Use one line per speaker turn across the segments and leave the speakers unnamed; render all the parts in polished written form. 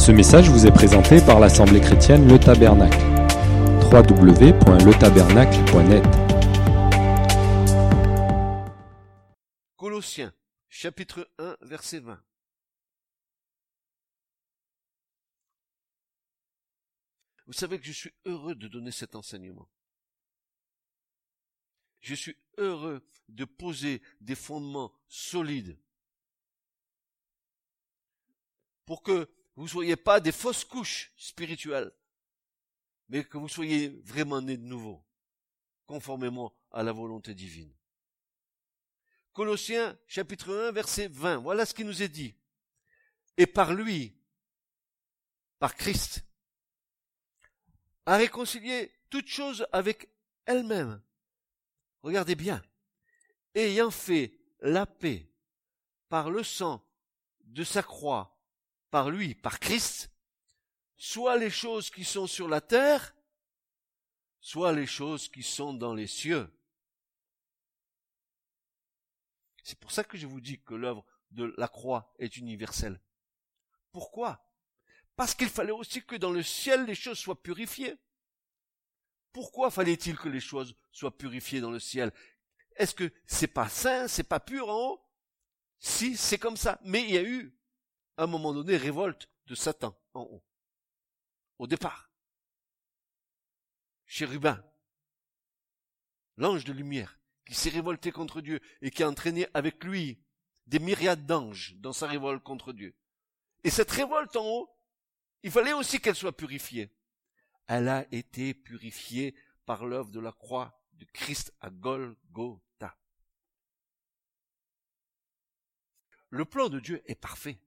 Ce message vous est présenté par l'Assemblée chrétienne Le Tabernacle. www.letabernacle.net.
Colossiens, chapitre 1, verset 20. Vous savez que je suis heureux de donner cet enseignement. Je suis heureux de poser des fondements solides pour que vous ne soyez pas des fausses couches spirituelles, mais que vous soyez vraiment nés de nouveau, conformément à la volonté divine. Colossiens, chapitre 1, verset 20. Voilà ce qui nous est dit. Et par lui, par Christ, a réconcilié toutes choses avec elle-même. Regardez bien. Ayant fait la paix par le sang de sa croix, par lui, par Christ, soit les choses qui sont sur la terre, soit les choses qui sont dans les cieux. C'est pour ça que je vous dis que l'œuvre de la croix est universelle. Pourquoi ? Parce qu'il fallait aussi que dans le ciel les choses soient purifiées. Pourquoi fallait-il que les choses soient purifiées dans le ciel ? Est-ce que c'est pas saint, c'est pas pur en haut ? Si, c'est comme ça. Mais il y a eu, à un moment donné, révolte de Satan en haut. Au départ. Chérubin, l'ange de lumière, qui s'est révolté contre Dieu et qui a entraîné avec lui des myriades d'anges dans sa révolte contre Dieu. Et cette révolte en haut, il fallait aussi qu'elle soit purifiée. Elle a été purifiée par l'œuvre de la croix de Christ à Golgotha. Le plan de Dieu est parfait.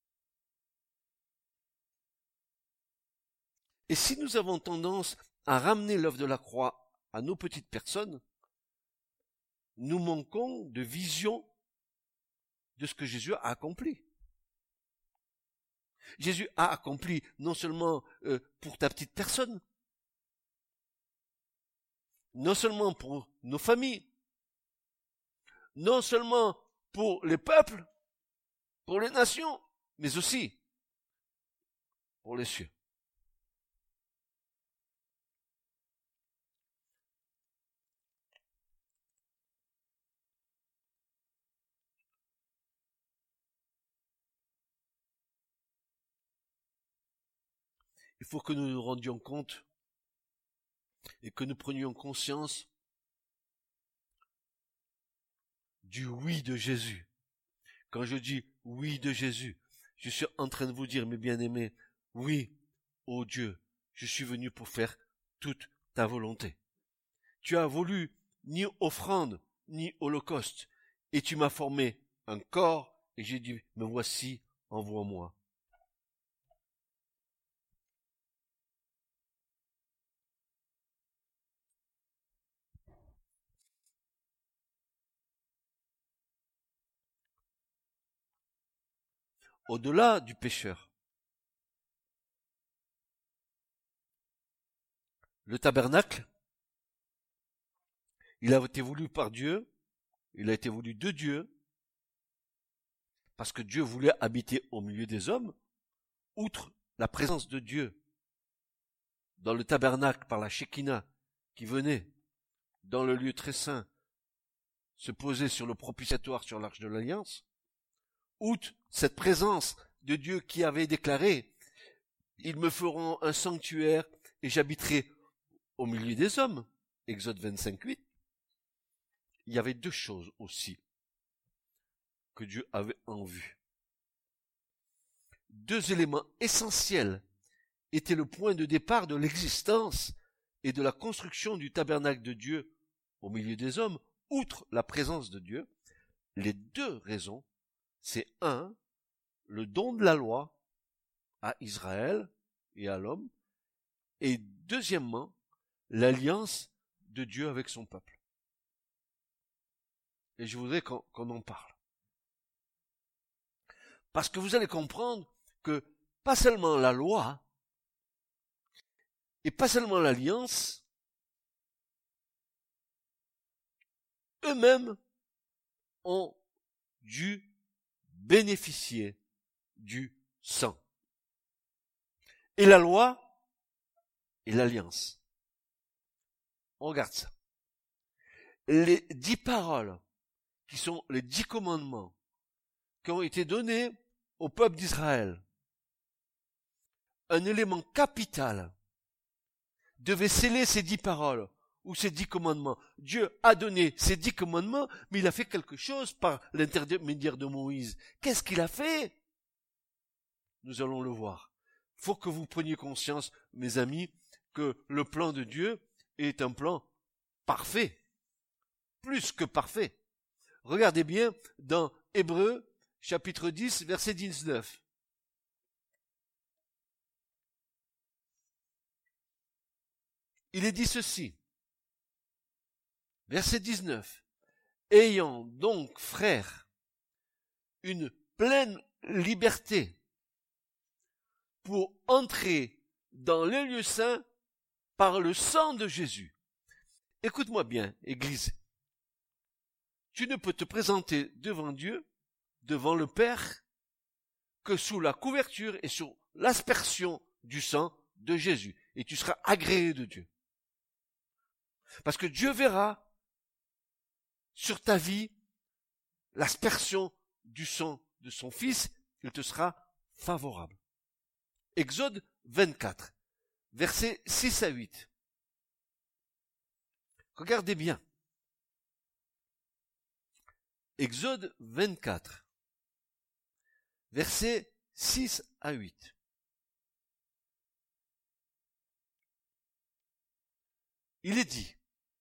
Et si nous avons tendance à ramener l'œuvre de la croix à nos petites personnes, nous manquons de vision de ce que Jésus a accompli. Jésus a accompli non seulement pour ta petite personne, non seulement pour nos familles, non seulement pour les peuples, pour les nations, mais aussi pour les cieux. Il faut que nous nous rendions compte et que nous prenions conscience du oui de Jésus. Quand je dis oui de Jésus, je suis en train de vous dire, mes bien-aimés, oui, ô Dieu, je suis venu pour faire toute ta volonté. Tu as voulu ni offrande, ni holocauste, et tu m'as formé un corps, et j'ai dit, me voici, envoie-moi. Au-delà du pécheur, le tabernacle, il a été voulu par Dieu, il a été voulu de Dieu, parce que Dieu voulait habiter au milieu des hommes, outre la présence de Dieu dans le tabernacle par la Shekinah qui venait dans le lieu très saint se poser sur le propitiatoire sur l'arche de l'Alliance, outre cette présence de Dieu qui avait déclaré « Ils me feront un sanctuaire et j'habiterai au milieu des hommes » Exode 25:8. Il y avait deux choses aussi que Dieu avait en vue. Deux éléments essentiels étaient le point de départ de l'existence et de la construction du tabernacle de Dieu au milieu des hommes, outre la présence de Dieu. Les deux raisons, c'est un, le don de la loi à Israël et à l'homme, et deuxièmement, l'alliance de Dieu avec son peuple. Et je voudrais qu'on en parle. Parce que vous allez comprendre que pas seulement la loi et pas seulement l'alliance, eux-mêmes ont dû bénéficier du sang. et la loi et l'alliance. On regarde ça. Les 10 paroles, qui sont les 10 commandements, qui ont été donnés au peuple d'Israël, un élément capital devait sceller ces 10 paroles, ou ces 10 commandements. Dieu a donné ces 10 commandements, mais il a fait quelque chose par l'intermédiaire de Moïse. Qu'est-ce qu'il a fait? Nous allons le voir. Faut que vous preniez conscience, mes amis, que le plan de Dieu est un plan parfait. Plus que parfait. Regardez bien dans Hébreux, chapitre 10, verset 19. Il est dit ceci. Verset 19. Ayant donc, frères, une pleine liberté pour entrer dans les lieux saints par le sang de Jésus. Écoute-moi bien, Église. Tu ne peux te présenter devant Dieu, devant le Père, que sous la couverture et sous l'aspersion du sang de Jésus. Et tu seras agréé de Dieu. Parce que Dieu verra sur ta vie l'aspersion du sang de son Fils, il te sera favorable. Exode 24, versets 6 à 8. Regardez bien. Exode 24, versets 6 à 8. Il est dit,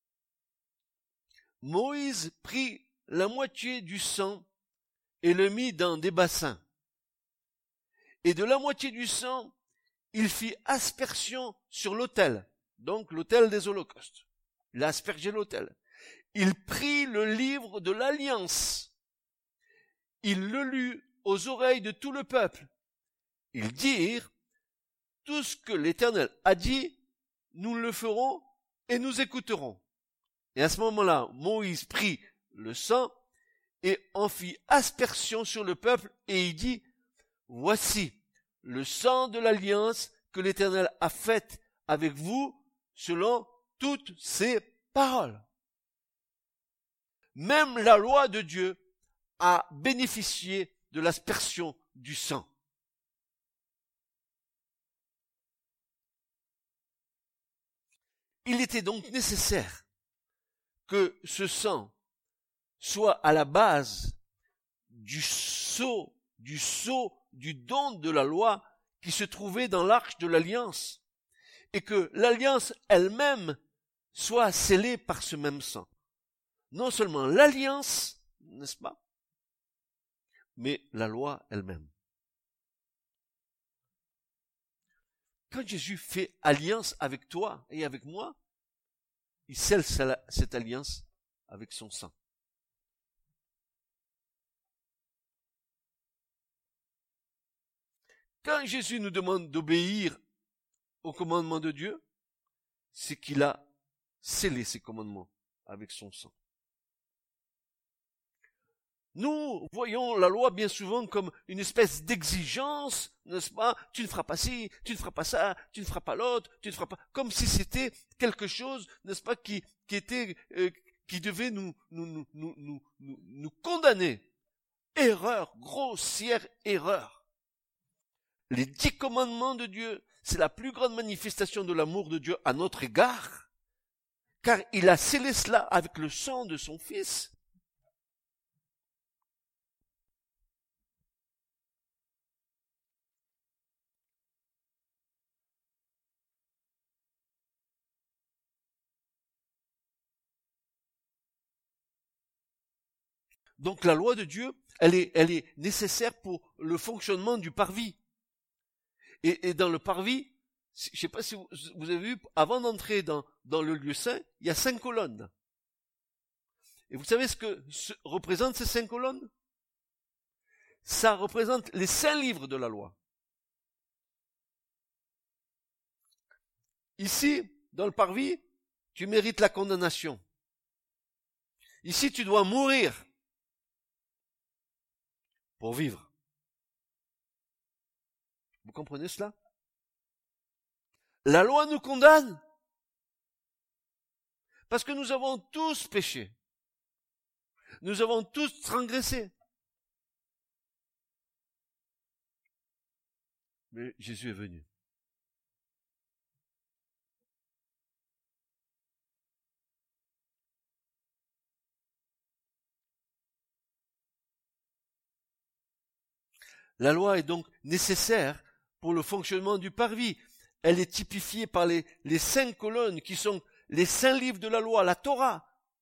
Moïse prit la moitié du sang et le mit dans des bassins. Et de la moitié du sang, il fit aspersion sur l'autel, donc l'autel des holocaustes. Il a aspergé l'autel. Il prit le livre de l'Alliance. Il le lut aux oreilles de tout le peuple. Ils dirent, tout ce que l'Éternel a dit, nous le ferons et nous écouterons. Et à ce moment-là, Moïse prit le sang et en fit aspersion sur le peuple et il dit, voici le sang de l'alliance que l'Éternel a faite avec vous selon toutes ses paroles. Même la loi de Dieu a bénéficié de l'aspersion du sang. Il était donc nécessaire que ce sang soit à la base du sceau du don de la loi qui se trouvait dans l'arche de l'alliance, et que l'alliance elle-même soit scellée par ce même sang. Non seulement l'alliance, n'est-ce pas, mais la loi elle-même. Quand Jésus fait alliance avec toi et avec moi, il scelle cette alliance avec son sang. Quand Jésus nous demande d'obéir aux commandements de Dieu, c'est qu'il a scellé ses commandements avec son sang. Nous voyons la loi bien souvent comme une espèce d'exigence, n'est-ce pas? Tu ne feras pas ci, tu ne feras pas ça, tu ne feras pas l'autre, tu ne feras pas... Comme si c'était quelque chose, n'est-ce pas, qui devait nous condamner. Erreur, grossière erreur. Les 10 commandements de Dieu, c'est la plus grande manifestation de l'amour de Dieu à notre égard, car il a scellé cela avec le sang de son Fils. Donc la loi de Dieu, elle est nécessaire pour le fonctionnement du parvis. Et dans le parvis, je ne sais pas si vous avez vu, avant d'entrer dans le lieu saint, il y a 5 colonnes. Et vous savez ce que représentent ces 5 colonnes? Ça représente les 5 livres de la loi. Ici, dans le parvis, tu mérites la condamnation. Ici, tu dois mourir pour vivre. Vous comprenez cela? La loi nous condamne parce que nous avons tous péché. Nous avons tous transgressé. Mais Jésus est venu. La loi est donc nécessaire pour le fonctionnement du parvis. Elle est typifiée par les 5 colonnes qui sont les 5 livres de la loi, la Torah,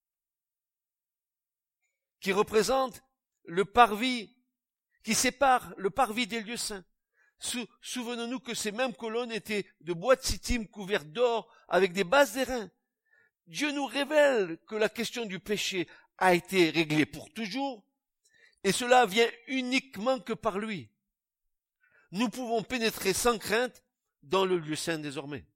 qui représente le parvis, qui sépare le parvis des lieux saints. Souvenons-nous que ces mêmes colonnes étaient de bois de sittim couvertes d'or avec des bases d'airain. Dieu nous révèle que la question du péché a été réglée pour toujours, et cela vient uniquement que par lui. Nous pouvons pénétrer sans crainte dans le lieu saint désormais.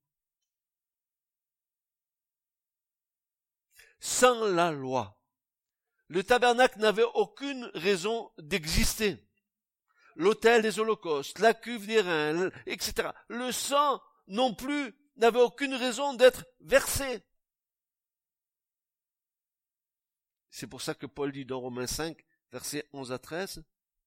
Sans la loi, le tabernacle n'avait aucune raison d'exister. L'autel des holocaustes, la cuve des reins, etc. Le sang non plus n'avait aucune raison d'être versé. C'est pour ça que Paul dit dans Romains 5, versets 11 à 13,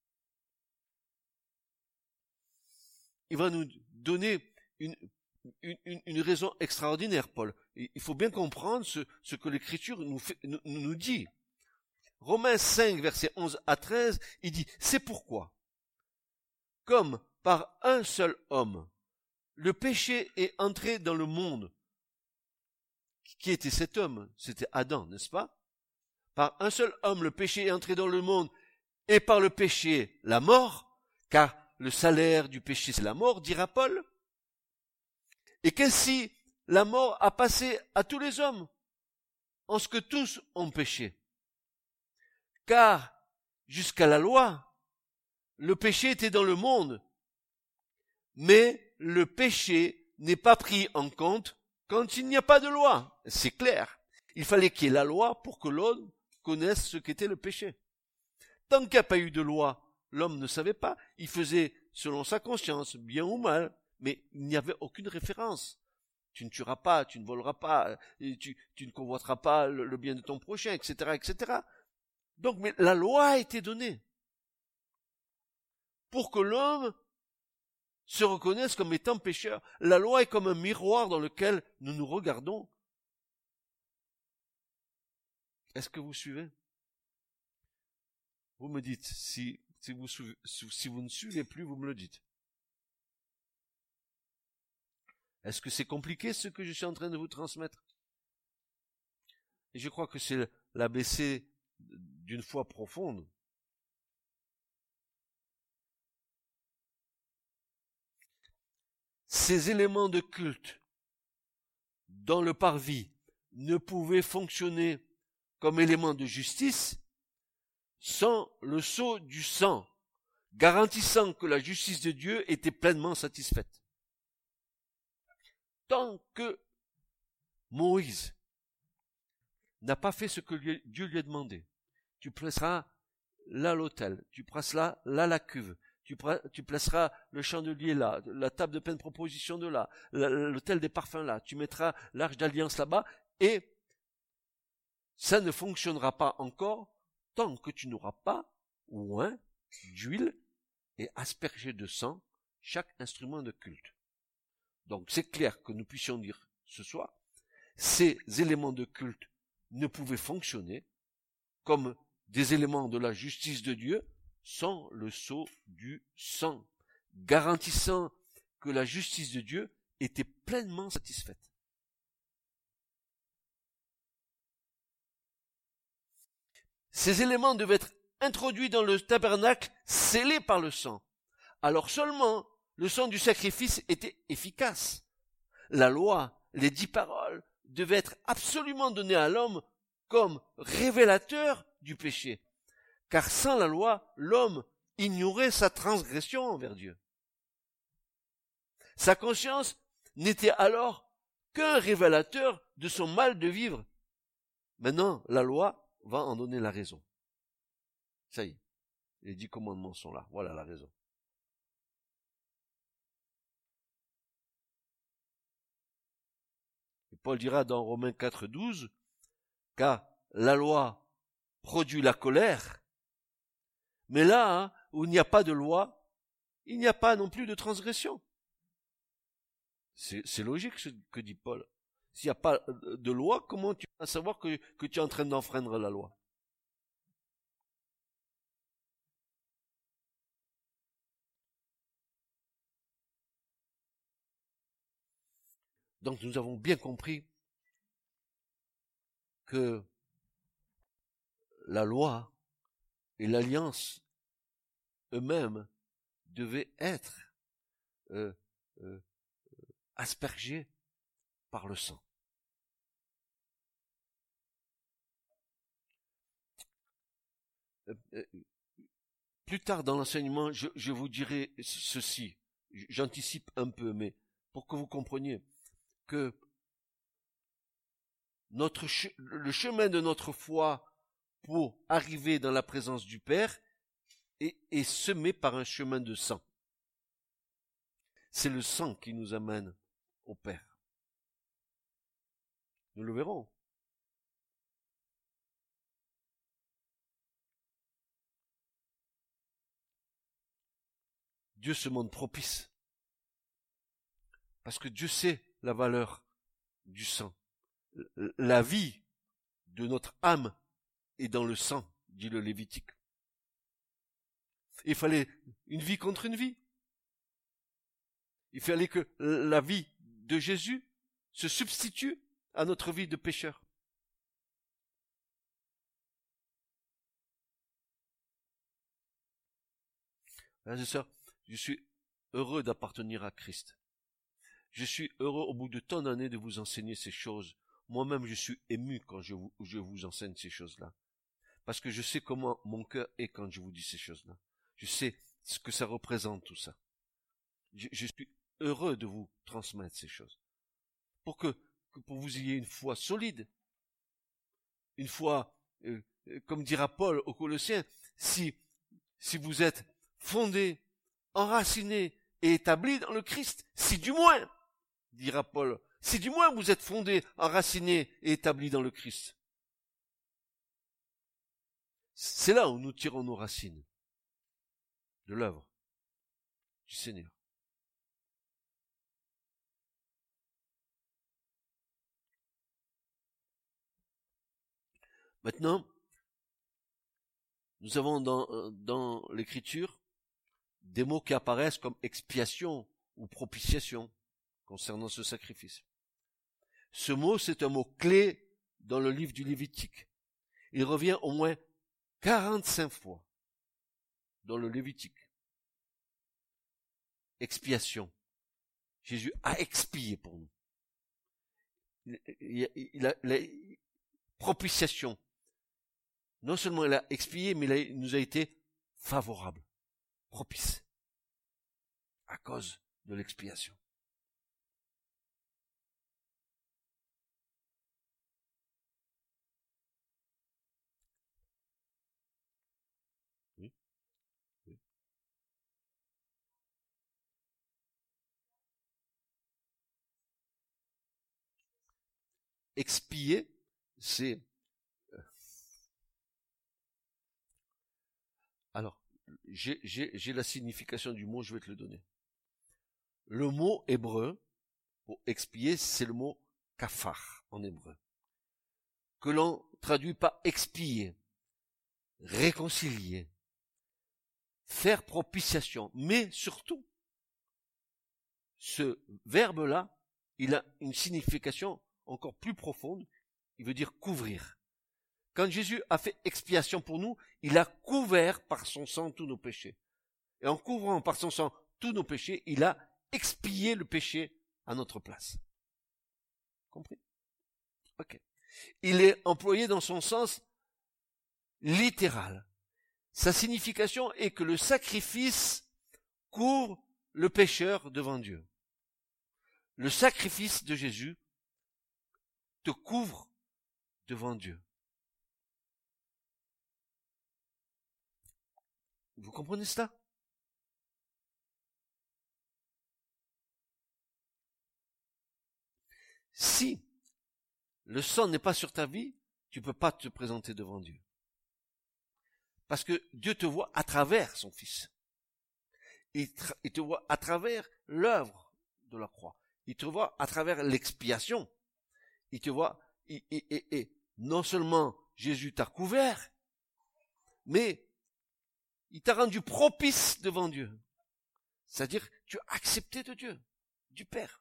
il va nous donner une raison extraordinaire, Paul. Il faut bien comprendre ce que l'Écriture nous dit. Romains 5, versets 11 à 13, il dit, c'est pourquoi, comme par un seul homme, le péché est entré dans le monde. Qui était cet homme? C'était Adam, n'est-ce pas? Par un seul homme, le péché est entré dans le monde, et par le péché, la mort, car le salaire du péché, c'est la mort, dira Paul. Et qu'ainsi, la mort a passé à tous les hommes, en ce que tous ont péché. Car, jusqu'à la loi, le péché était dans le monde, mais le péché n'est pas pris en compte quand il n'y a pas de loi. C'est clair. Il fallait qu'il y ait la loi pour que l'homme connaisse ce qu'était le péché. Tant qu'il n'y a pas eu de loi, l'homme ne savait pas. Il faisait selon sa conscience, bien ou mal, mais il n'y avait aucune référence. Tu ne tueras pas, tu ne voleras pas, tu ne convoiteras pas le bien de ton prochain, etc., etc. Donc, mais la loi a été donnée pour que l'homme se reconnaisse comme étant pécheur. La loi est comme un miroir dans lequel nous nous regardons. Est-ce que vous suivez? Vous me dites, si vous ne suivez plus, vous me le dites. Est-ce que c'est compliqué ce que je suis en train de vous transmettre? Et je crois que c'est l'ABC d'une foi profonde. Ces éléments de culte dans le parvis ne pouvaient fonctionner comme éléments de justice sans le sceau du sang, garantissant que la justice de Dieu était pleinement satisfaite. Tant que Moïse n'a pas fait ce que Dieu lui a demandé, tu placeras là l'autel, tu placeras là la cuve, tu placeras le chandelier là, la table de pleine proposition de là, l'autel des parfums là, tu mettras l'arche d'alliance là-bas, et ça ne fonctionnera pas encore tant que tu n'auras pas oint d'huile et aspergé de sang chaque instrument de culte. Donc c'est clair que nous puissions dire ce soir, ces éléments de culte ne pouvaient fonctionner comme des éléments de la justice de Dieu sans le sceau du sang, garantissant que la justice de Dieu était pleinement satisfaite. Ces éléments devaient être introduits dans le tabernacle, scellés par le sang. Alors seulement le sang du sacrifice était efficace. La loi, les 10 paroles, devaient être absolument données à l'homme comme révélateur du péché. Car sans la loi, l'homme ignorait sa transgression envers Dieu. Sa conscience n'était alors qu'un révélateur de son mal de vivre. Maintenant, la loi va en donner la raison. Ça y est, les 10 commandements sont là. Voilà la raison. Paul dira dans Romains 4,12, car la loi produit la colère, mais là, où il n'y a pas de loi, il n'y a pas non plus de transgression. C'est logique ce que dit Paul. S'il n'y a pas de loi, comment tu vas savoir que tu es en train d'enfreindre la loi? Donc nous avons bien compris que la loi et l'alliance eux-mêmes devaient être euh, euh, aspergés par le sang. Plus tard dans l'enseignement, je vous dirai ceci. J'anticipe un peu, mais pour que vous compreniez que le chemin de notre foi pour arriver dans la présence du Père est semé par un chemin de sang. C'est le sang qui nous amène au Père. Nous le verrons. Dieu se montre propice. Parce que Dieu sait la valeur du sang. La vie de notre âme est dans le sang, dit le Lévitique. Il fallait une vie contre une vie. Il fallait que la vie de Jésus se substitue à notre vie de pécheur. Frères et sœurs, je suis heureux d'appartenir à Christ. Je suis heureux au bout de tant d'années de vous enseigner ces choses. Moi-même, je suis ému quand je vous enseigne ces choses-là. Parce que je sais comment mon cœur est quand je vous dis ces choses-là. Je sais ce que ça représente tout ça. Je suis heureux de vous transmettre ces choses. Pour que vous ayez une foi solide. Une foi, comme dira Paul aux Colossiens, si vous êtes fondés, enracinés et établis dans le Christ, si du moins, dira Paul, si du moins vous êtes fondés, enracinés et établis dans le Christ. C'est là où nous tirons nos racines de l'œuvre du Seigneur. Maintenant, nous avons dans l'Écriture des mots qui apparaissent comme expiation ou propitiation concernant ce sacrifice. Ce mot, c'est un mot clé dans le livre du Lévitique. Il revient au moins 45 fois dans le Lévitique. Expiation. Jésus a expié pour nous. Propitiation. Non seulement il a expié, mais il nous a été favorable, propice, à cause de l'expiation. Oui, oui. Expier, c'est... Alors, j'ai la signification du mot, je vais te le donner. Le mot hébreu, pour expier, c'est le mot kafar en hébreu, que l'on traduit par expier, réconcilier, faire propitiation, mais surtout, ce verbe-là, il a une signification encore plus profonde, il veut dire couvrir. Quand Jésus a fait expiation pour nous, il a couvert par son sang tous nos péchés. Et en couvrant par son sang tous nos péchés, il a expié le péché à notre place. Compris? Ok. Il est employé dans son sens littéral. Sa signification est que le sacrifice couvre le pécheur devant Dieu. Le sacrifice de Jésus te couvre devant Dieu. Vous comprenez cela? Si le sang n'est pas sur ta vie, tu peux pas te présenter devant Dieu. Parce que Dieu te voit à travers son Fils. Il te voit à travers l'œuvre de la croix. Il te voit à travers l'expiation. Il te voit, et non seulement Jésus t'a couvert, mais il t'a rendu propice devant Dieu. C'est-à-dire, tu as accepté de Dieu, du Père.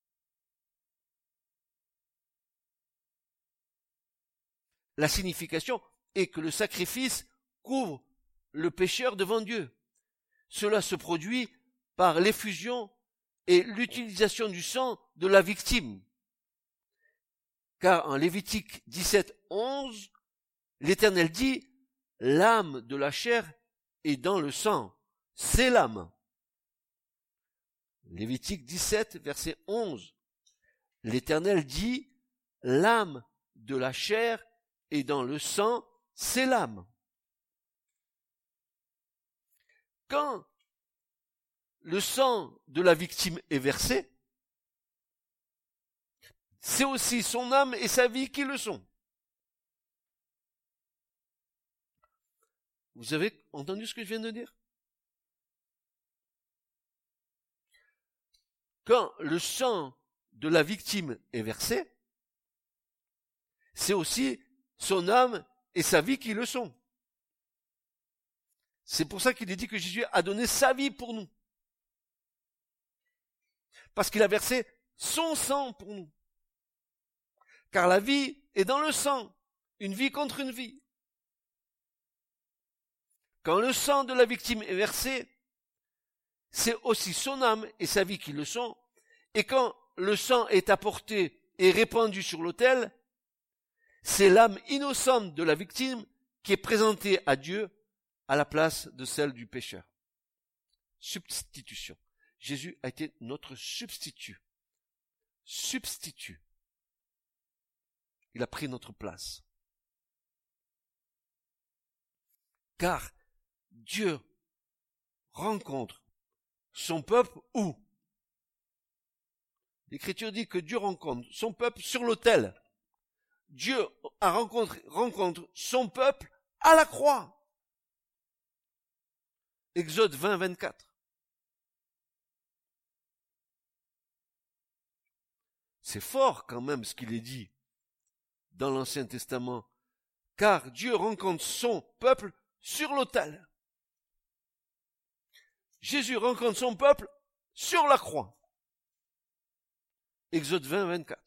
La signification est que le sacrifice couvre le pécheur devant Dieu. Cela se produit par l'effusion et l'utilisation du sang de la victime. Car en Lévitique 17, 11, l'Éternel dit, l'âme de la chair est dans le sang, c'est l'âme. Lévitique 17, verset 11, l'Éternel dit, l'âme de la chair est dans le sang, c'est l'âme. Quand le sang de la victime est versé, c'est aussi son âme et sa vie qui le sont. Vous avez entendu ce que je viens de dire? Quand le sang de la victime est versé, c'est aussi son âme et sa vie qui le sont. C'est pour ça qu'il est dit que Jésus a donné sa vie pour nous. Parce qu'il a versé son sang pour nous. Car la vie est dans le sang, une vie contre une vie. Quand le sang de la victime est versé, c'est aussi son âme et sa vie qui le sont. Et quand le sang est apporté et répandu sur l'autel, c'est l'âme innocente de la victime qui est présentée à Dieu à la place de celle du pécheur. Substitution. Jésus a été notre substitut. Substitut. Il a pris notre place. Car Dieu rencontre son peuple où? L'Écriture dit que Dieu rencontre son peuple sur l'autel. Dieu rencontre son peuple à la croix. Exode 20, 24. C'est fort quand même ce qu'il est dit dans l'Ancien Testament. Car Dieu rencontre son peuple sur l'autel. Jésus rencontre son peuple sur la croix. Exode 20, 24.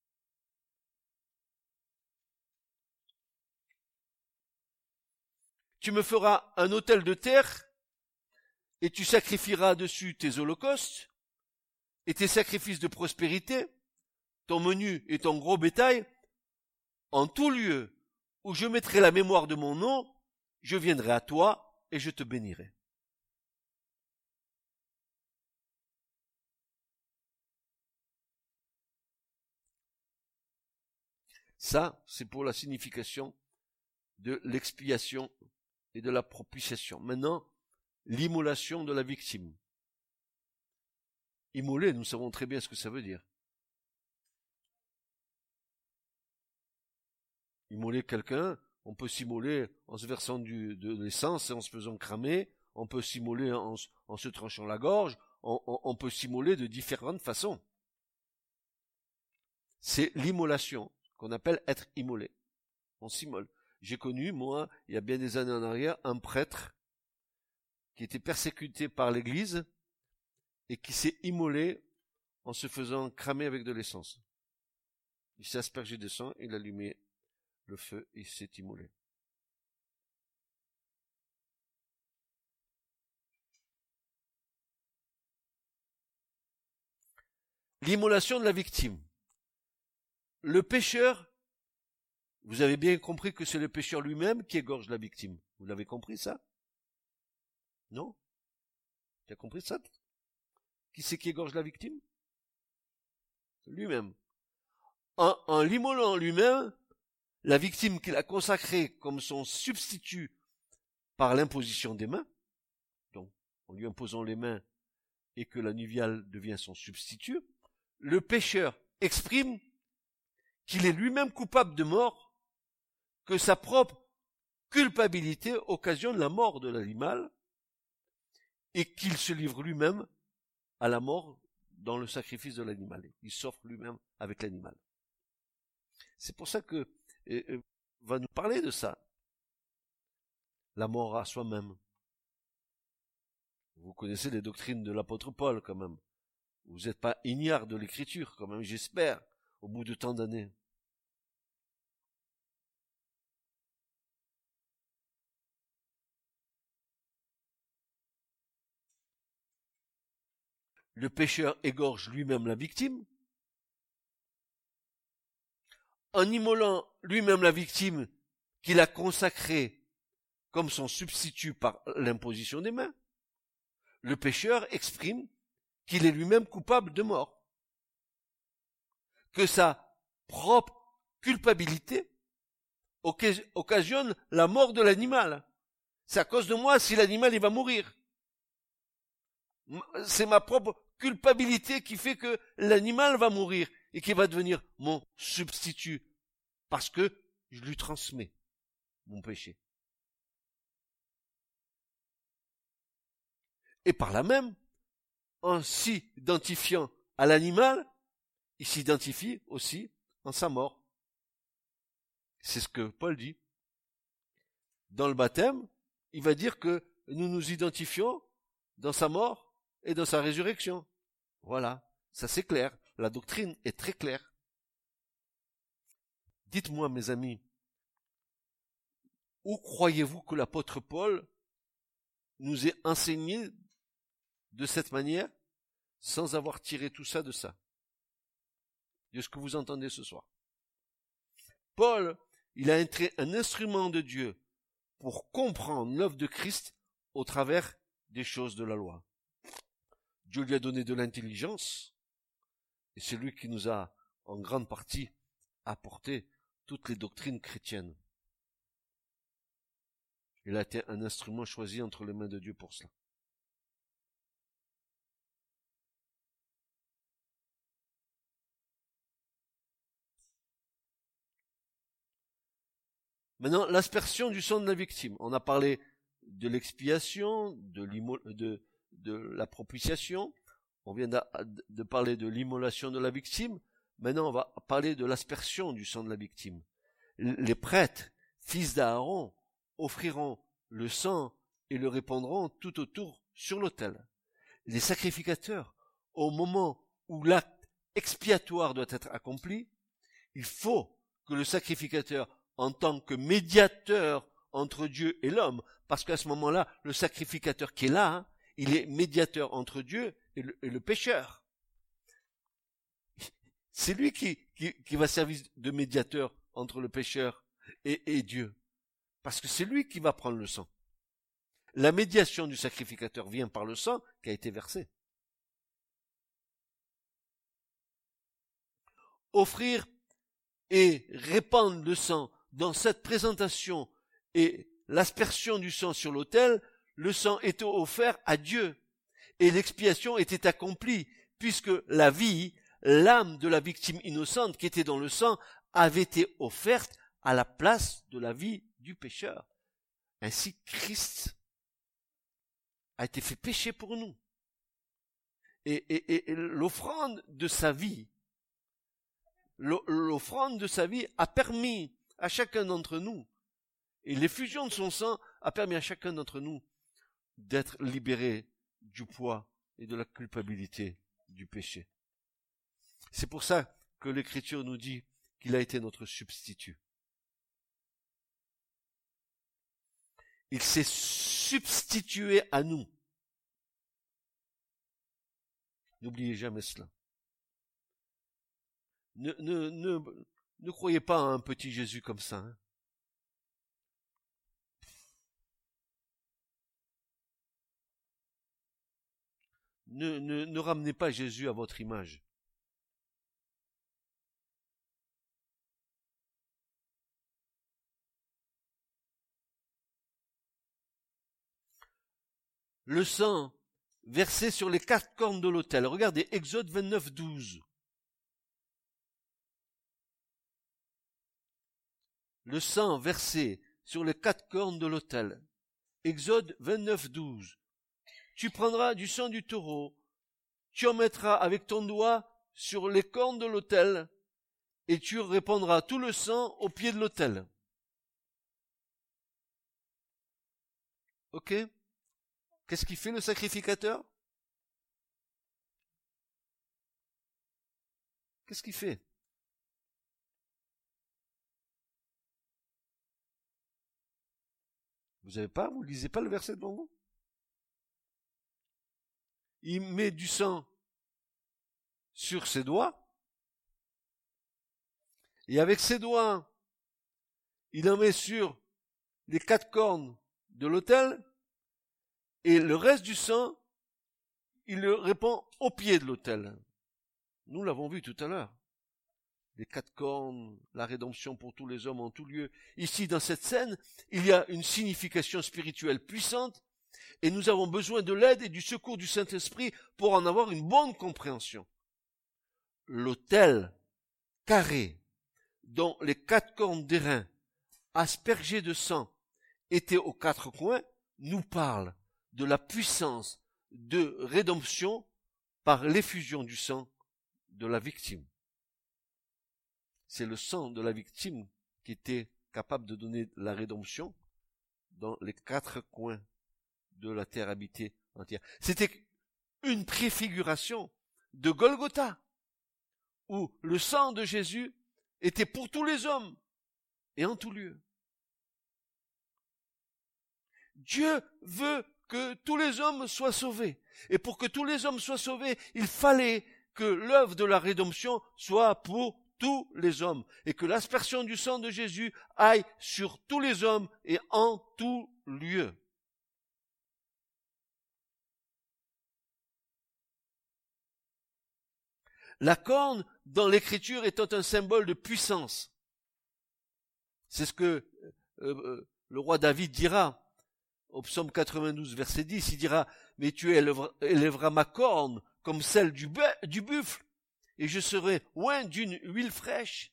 Tu me feras un autel de terre, et tu sacrifieras dessus tes holocaustes, et tes sacrifices de prospérité, ton menu et ton gros bétail, en tout lieu où je mettrai la mémoire de mon nom, je viendrai à toi et je te bénirai. Ça, c'est pour la signification de l'expiation et de la propitiation. Maintenant, l'immolation de la victime. Immoler, nous savons très bien ce que ça veut dire. Immoler quelqu'un, on peut s'immoler en se versant de l'essence et en se faisant cramer, on peut s'immoler en se tranchant la gorge, on peut s'immoler de différentes façons. C'est l'immolation qu'on appelle être immolé. On s'immole. J'ai connu, moi, il y a bien des années en arrière, un prêtre qui était persécuté par l'Église et qui s'est immolé en se faisant cramer avec de l'essence. Il s'est aspergé de sang, il allumait le feu et il s'est immolé. L'immolation de la victime. Le pécheur, vous avez bien compris que c'est le pécheur lui-même qui égorge la victime. Vous l'avez compris ça? Non? Tu as compris ça? Qui c'est qui égorge la victime? Lui-même. En l'immolant lui-même, la victime qu'il a consacrée comme son substitut par l'imposition des mains, donc en lui imposant les mains et que la nuviale devient son substitut, le pécheur exprime qu'il est lui-même coupable de mort, que sa propre culpabilité occasionne la mort de l'animal, et qu'il se livre lui-même à la mort dans le sacrifice de l'animal. Il s'offre lui-même avec l'animal. C'est pour ça que va nous parler de ça. La mort à soi-même. Vous connaissez les doctrines de l'apôtre Paul quand même. Vous n'êtes pas ignare de l'écriture quand même, j'espère, au bout de tant d'années. Le pécheur égorge lui-même la victime. En immolant lui-même la victime qu'il a consacrée comme son substitut par l'imposition des mains, le pécheur exprime qu'il est lui-même coupable de mort, que sa propre culpabilité occasionne la mort de l'animal. C'est à cause de moi si l'animal il va mourir. C'est ma propre culpabilité qui fait que l'animal va mourir et qui va devenir mon substitut parce que je lui transmets mon péché. Et par là même, en s'identifiant à l'animal, il s'identifie aussi en sa mort. C'est ce que Paul dit. Dans le baptême, il va dire que nous nous identifions dans sa mort et dans sa résurrection. Voilà, ça c'est clair. La doctrine est très claire. Dites-moi, mes amis, où croyez-vous que l'apôtre Paul nous ait enseigné de cette manière, sans avoir tiré tout ça de ça, de ce que vous entendez ce soir? Paul, il a été un instrument de Dieu pour comprendre l'œuvre de Christ au travers des choses de la loi. Dieu lui a donné de l'intelligence, et c'est lui qui nous a, en grande partie, apporté toutes les doctrines chrétiennes. Il a été un instrument choisi entre les mains de Dieu pour cela. Maintenant, l'aspersion du sang de la victime. On a parlé de l'expiation, de la propitiation. On vient de parler de l'immolation de la victime. Maintenant, on va parler de l'aspersion du sang de la victime. Les prêtres, fils d'Aaron, offriront le sang et le répandront tout autour sur l'autel. Les sacrificateurs, au moment où l'acte expiatoire doit être accompli, il faut que le sacrificateur, en tant que médiateur entre Dieu et l'homme, parce qu'à ce moment-là, le sacrificateur qui est là, il est médiateur entre Dieu et le pécheur. C'est lui qui va servir de médiateur entre le pécheur et Dieu. Parce que c'est lui qui va prendre le sang. La médiation du sacrificateur vient par le sang qui a été versé. Offrir et répandre le sang dans cette présentation et l'aspersion du sang sur l'autel, le sang était offert à Dieu et l'expiation était accomplie puisque la vie, l'âme de la victime innocente qui était dans le sang avait été offerte à la place de la vie du pécheur. Ainsi, Christ a été fait péché pour nous. Et l'offrande de sa vie, a permis à chacun d'entre nous, et l'effusion de son sang a permis à chacun d'entre nous d'être libérés du poids et de la culpabilité du péché. C'est pour ça que l'Écriture nous dit qu'il a été notre substitut. Il s'est substitué à nous. N'oubliez jamais cela. Ne croyez pas à un petit Jésus comme ça. Hein. Ne ramenez pas Jésus à votre image. Le sang versé sur les 4 cornes de l'autel. Regardez, Exode 29, 12. le sang versé sur les 4 cornes de l'autel. Exode 29, 12. Tu prendras du sang du taureau, tu en mettras avec ton doigt sur les cornes de l'autel, et tu répandras tout le sang au pied de l'autel. Ok? Qu'est-ce qu'il fait le sacrificateur? Qu'est-ce qu'il fait? Vous lisez pas le verset devant vous? Il met du sang sur ses doigts, et avec ses doigts, il en met sur les 4 cornes de l'autel, et le reste du sang, il le répand au pied de l'autel. Nous l'avons vu tout à l'heure. Les 4 cornes, la rédemption pour tous les hommes en tout lieu. Ici, dans cette scène, il y a une signification spirituelle puissante, et nous avons besoin de l'aide et du secours du Saint-Esprit pour en avoir une bonne compréhension. L'autel carré, dont les 4 cornes d'airain, aspergées de sang, étaient aux 4 coins, nous parle de la puissance de rédemption par l'effusion du sang de la victime. C'est le sang de la victime qui était capable de donner la rédemption dans les 4 coins de la terre habitée entière. C'était une préfiguration de Golgotha, où le sang de Jésus était pour tous les hommes et en tout lieu. Dieu veut que tous les hommes soient sauvés. Et pour que tous les hommes soient sauvés, il fallait que l'œuvre de la rédemption soit pour tous les hommes. Et que l'aspersion du sang de Jésus aille sur tous les hommes et en tout lieu. La corne, dans l'écriture, étant un symbole de puissance. C'est ce que le roi David dira au psaume 92, verset 10. Il dira, mais tu élèveras ma corne comme celle du buffle, et je serai oint d'une huile fraîche.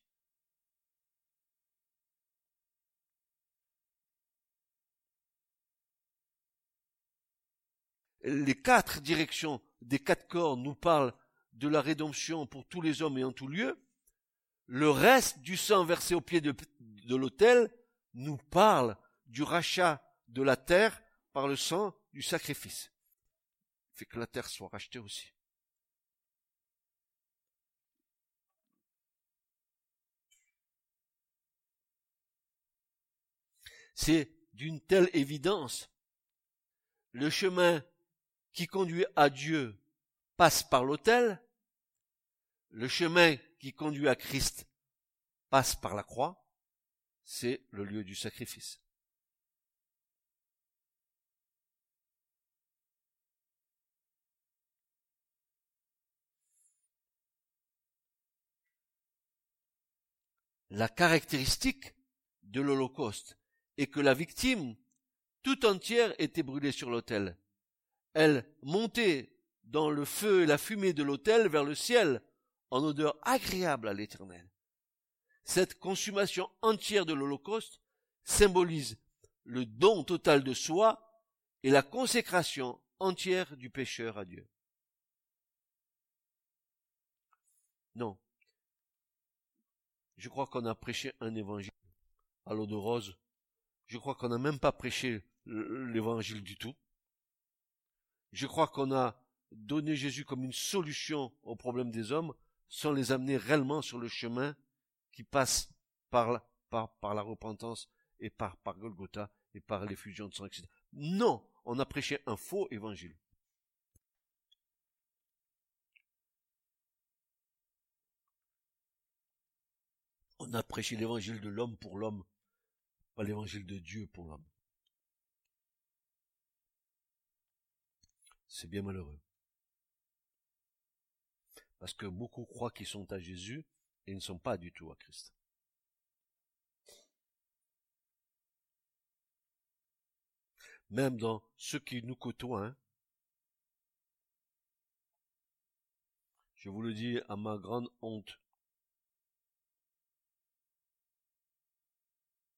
Les 4 directions des 4 cornes nous parlent de la rédemption pour tous les hommes et en tout lieu. Le reste du sang versé au pied de l'autel nous parle du rachat de la terre par le sang du sacrifice. Il fait que la terre soit rachetée aussi. C'est d'une telle évidence. Le chemin qui conduit à Dieu passe par l'autel. Le chemin qui conduit à Christ passe par la croix. C'est le lieu du sacrifice. La caractéristique de l'Holocauste est que la victime tout entière était brûlée sur l'autel. Elle montait dans le feu et la fumée de l'autel vers le ciel, en odeur agréable à l'Éternel. Cette consommation entière de l'Holocauste symbolise le don total de soi et la consécration entière du pécheur à Dieu. Non. Je crois qu'on a prêché un évangile à l'eau de rose. Je crois qu'on n'a même pas prêché l'évangile du tout. Je crois qu'on a donné Jésus comme une solution aux problèmes des hommes sans les amener réellement sur le chemin qui passe par la repentance et par Golgotha et par l'effusion de sang, etc. Non, on a prêché un faux évangile. On a prêché l'évangile de l'homme pour l'homme, pas l'évangile de Dieu pour l'homme. C'est bien malheureux. Parce que beaucoup croient qu'ils sont à Jésus et ils ne sont pas du tout à Christ. Même dans ceux qui nous côtoient, hein, je vous le dis à ma grande honte,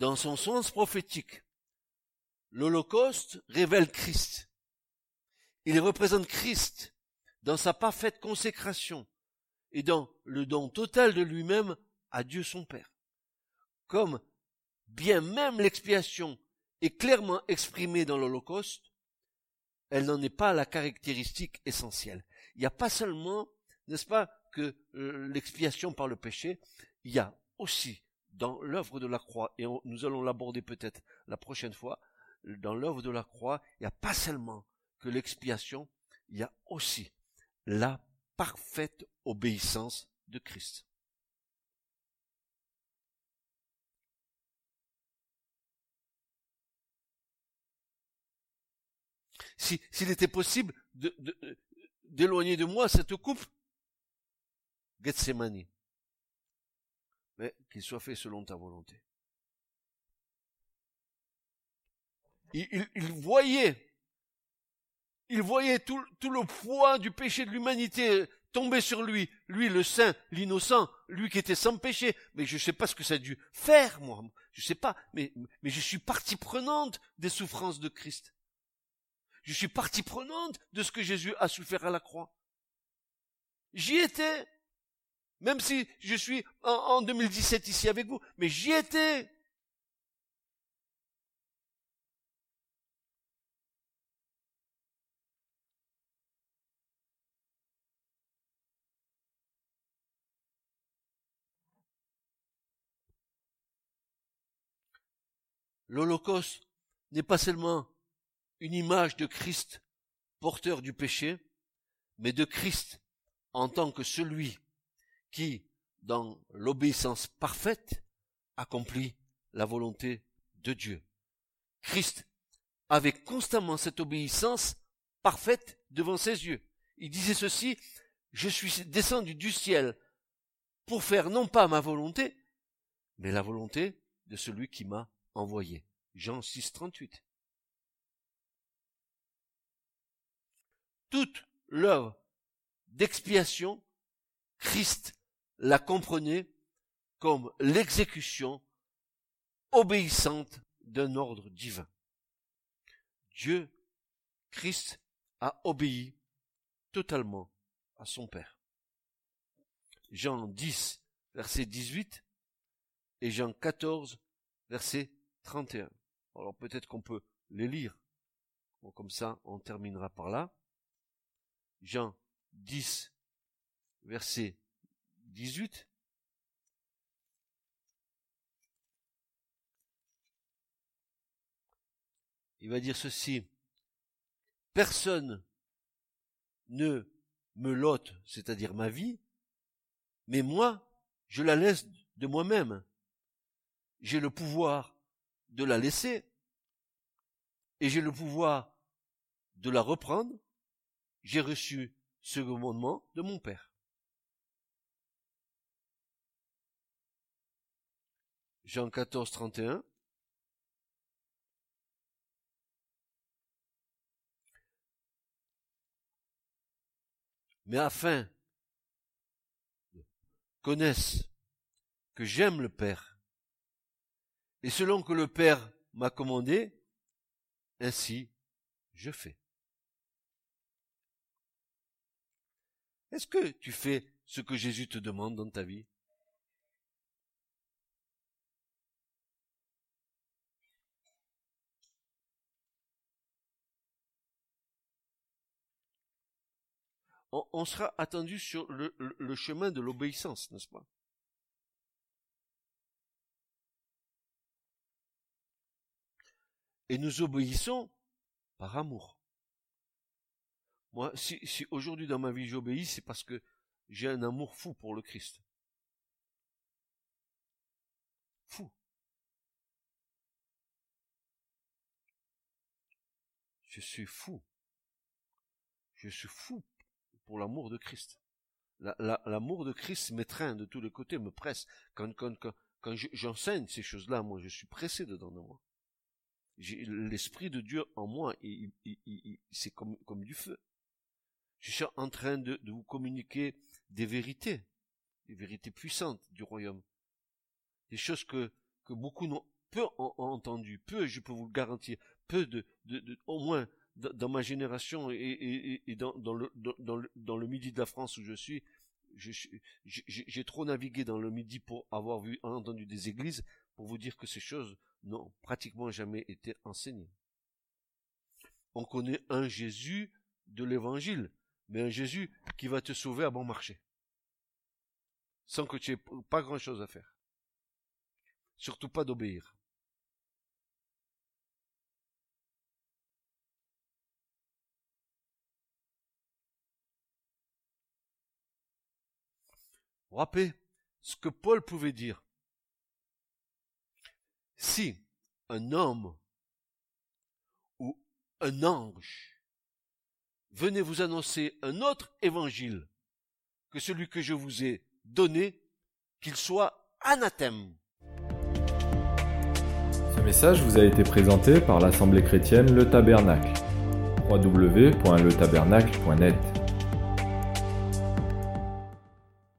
Dans son sens prophétique, l'Holocauste révèle Christ. Il représente Christ dans sa parfaite consécration et dans le don total de lui-même à Dieu son Père. Comme bien même l'expiation est clairement exprimée dans l'Holocauste, elle n'en est pas la caractéristique essentielle. Il n'y a pas seulement, n'est-ce pas, que l'expiation par le péché, il y a aussi dans l'œuvre de la croix, et nous allons l'aborder peut-être la prochaine fois, dans l'œuvre de la croix, il n'y a pas seulement que l'expiation, il y a aussi la parfaite obéissance de Christ. S'il était possible d'éloigner de moi cette coupe, Gethsemane, mais qu'il soit fait selon ta volonté. Il voyait tout le poids du péché de l'humanité tomber sur lui le saint, l'innocent, lui qui était sans péché. Mais je ne sais pas ce que ça a dû faire, moi. Je ne sais pas, mais je suis partie prenante des souffrances de Christ. Je suis partie prenante de ce que Jésus a souffert à la croix. J'y étais. Même si je suis en 2017 ici avec vous, mais j'y étais. L'Holocauste n'est pas seulement une image de Christ porteur du péché, mais de Christ en tant que celui qui, dans l'obéissance parfaite, accomplit la volonté de Dieu. Christ avait constamment cette obéissance parfaite devant ses yeux. Il disait ceci, je suis descendu du ciel pour faire non pas ma volonté, mais la volonté de celui qui m'a envoyé. Jean 6, 38. Toute l'œuvre d'expiation, Christ la comprenait comme l'exécution obéissante d'un ordre divin. Dieu, Christ, a obéi totalement à son Père. Jean 10, verset 18 et Jean 14, verset 31. Alors peut-être qu'on peut les lire. Bon, comme ça, on terminera par là. Jean 10, verset 18. Il va dire ceci. Personne ne me l'ôte, c'est-à-dire ma vie, mais moi, je la laisse de moi-même. J'ai le pouvoir de la laisser et j'ai le pouvoir de la reprendre. J'ai reçu ce commandement de mon Père. Jean 14, 31. Mais afin qu'ils connaissent que j'aime le Père, et selon que le Père m'a commandé, ainsi je fais. Est-ce que tu fais ce que Jésus te demande dans ta vie? On sera attendu sur le chemin de l'obéissance, n'est-ce pas? Et nous obéissons par amour. Moi, si aujourd'hui dans ma vie j'obéis, c'est parce que j'ai un amour fou pour le Christ. Fou. Je suis fou. Je suis fou pour l'amour de Christ. L'amour de Christ m'étreint de tous les côtés, me presse. Quand j'enseigne ces choses-là, moi, je suis pressé dedans de moi. J'ai l'Esprit de Dieu en moi, et c'est comme du feu. Je suis en train de vous communiquer des vérités puissantes du royaume. Des choses que beaucoup n'ont peu entendu, peu, je peux vous le garantir, peu au moins dans ma génération et dans le midi de la France où je suis, j'ai trop navigué dans le midi pour avoir entendu des églises pour vous dire que ces choses n'ont pratiquement jamais été enseignées. On connaît un Jésus de l'évangile, mais un Jésus qui va te sauver à bon marché, sans que tu aies pas grand chose à faire. Surtout pas d'obéir. Rappelez ce que Paul pouvait dire. Si un homme ou un ange venait vous annoncer un autre évangile que celui que je vous ai donné, qu'il soit anathème.
Ce message vous a été présenté par l'Assemblée chrétienne Le Tabernacle. www.letabernacle.net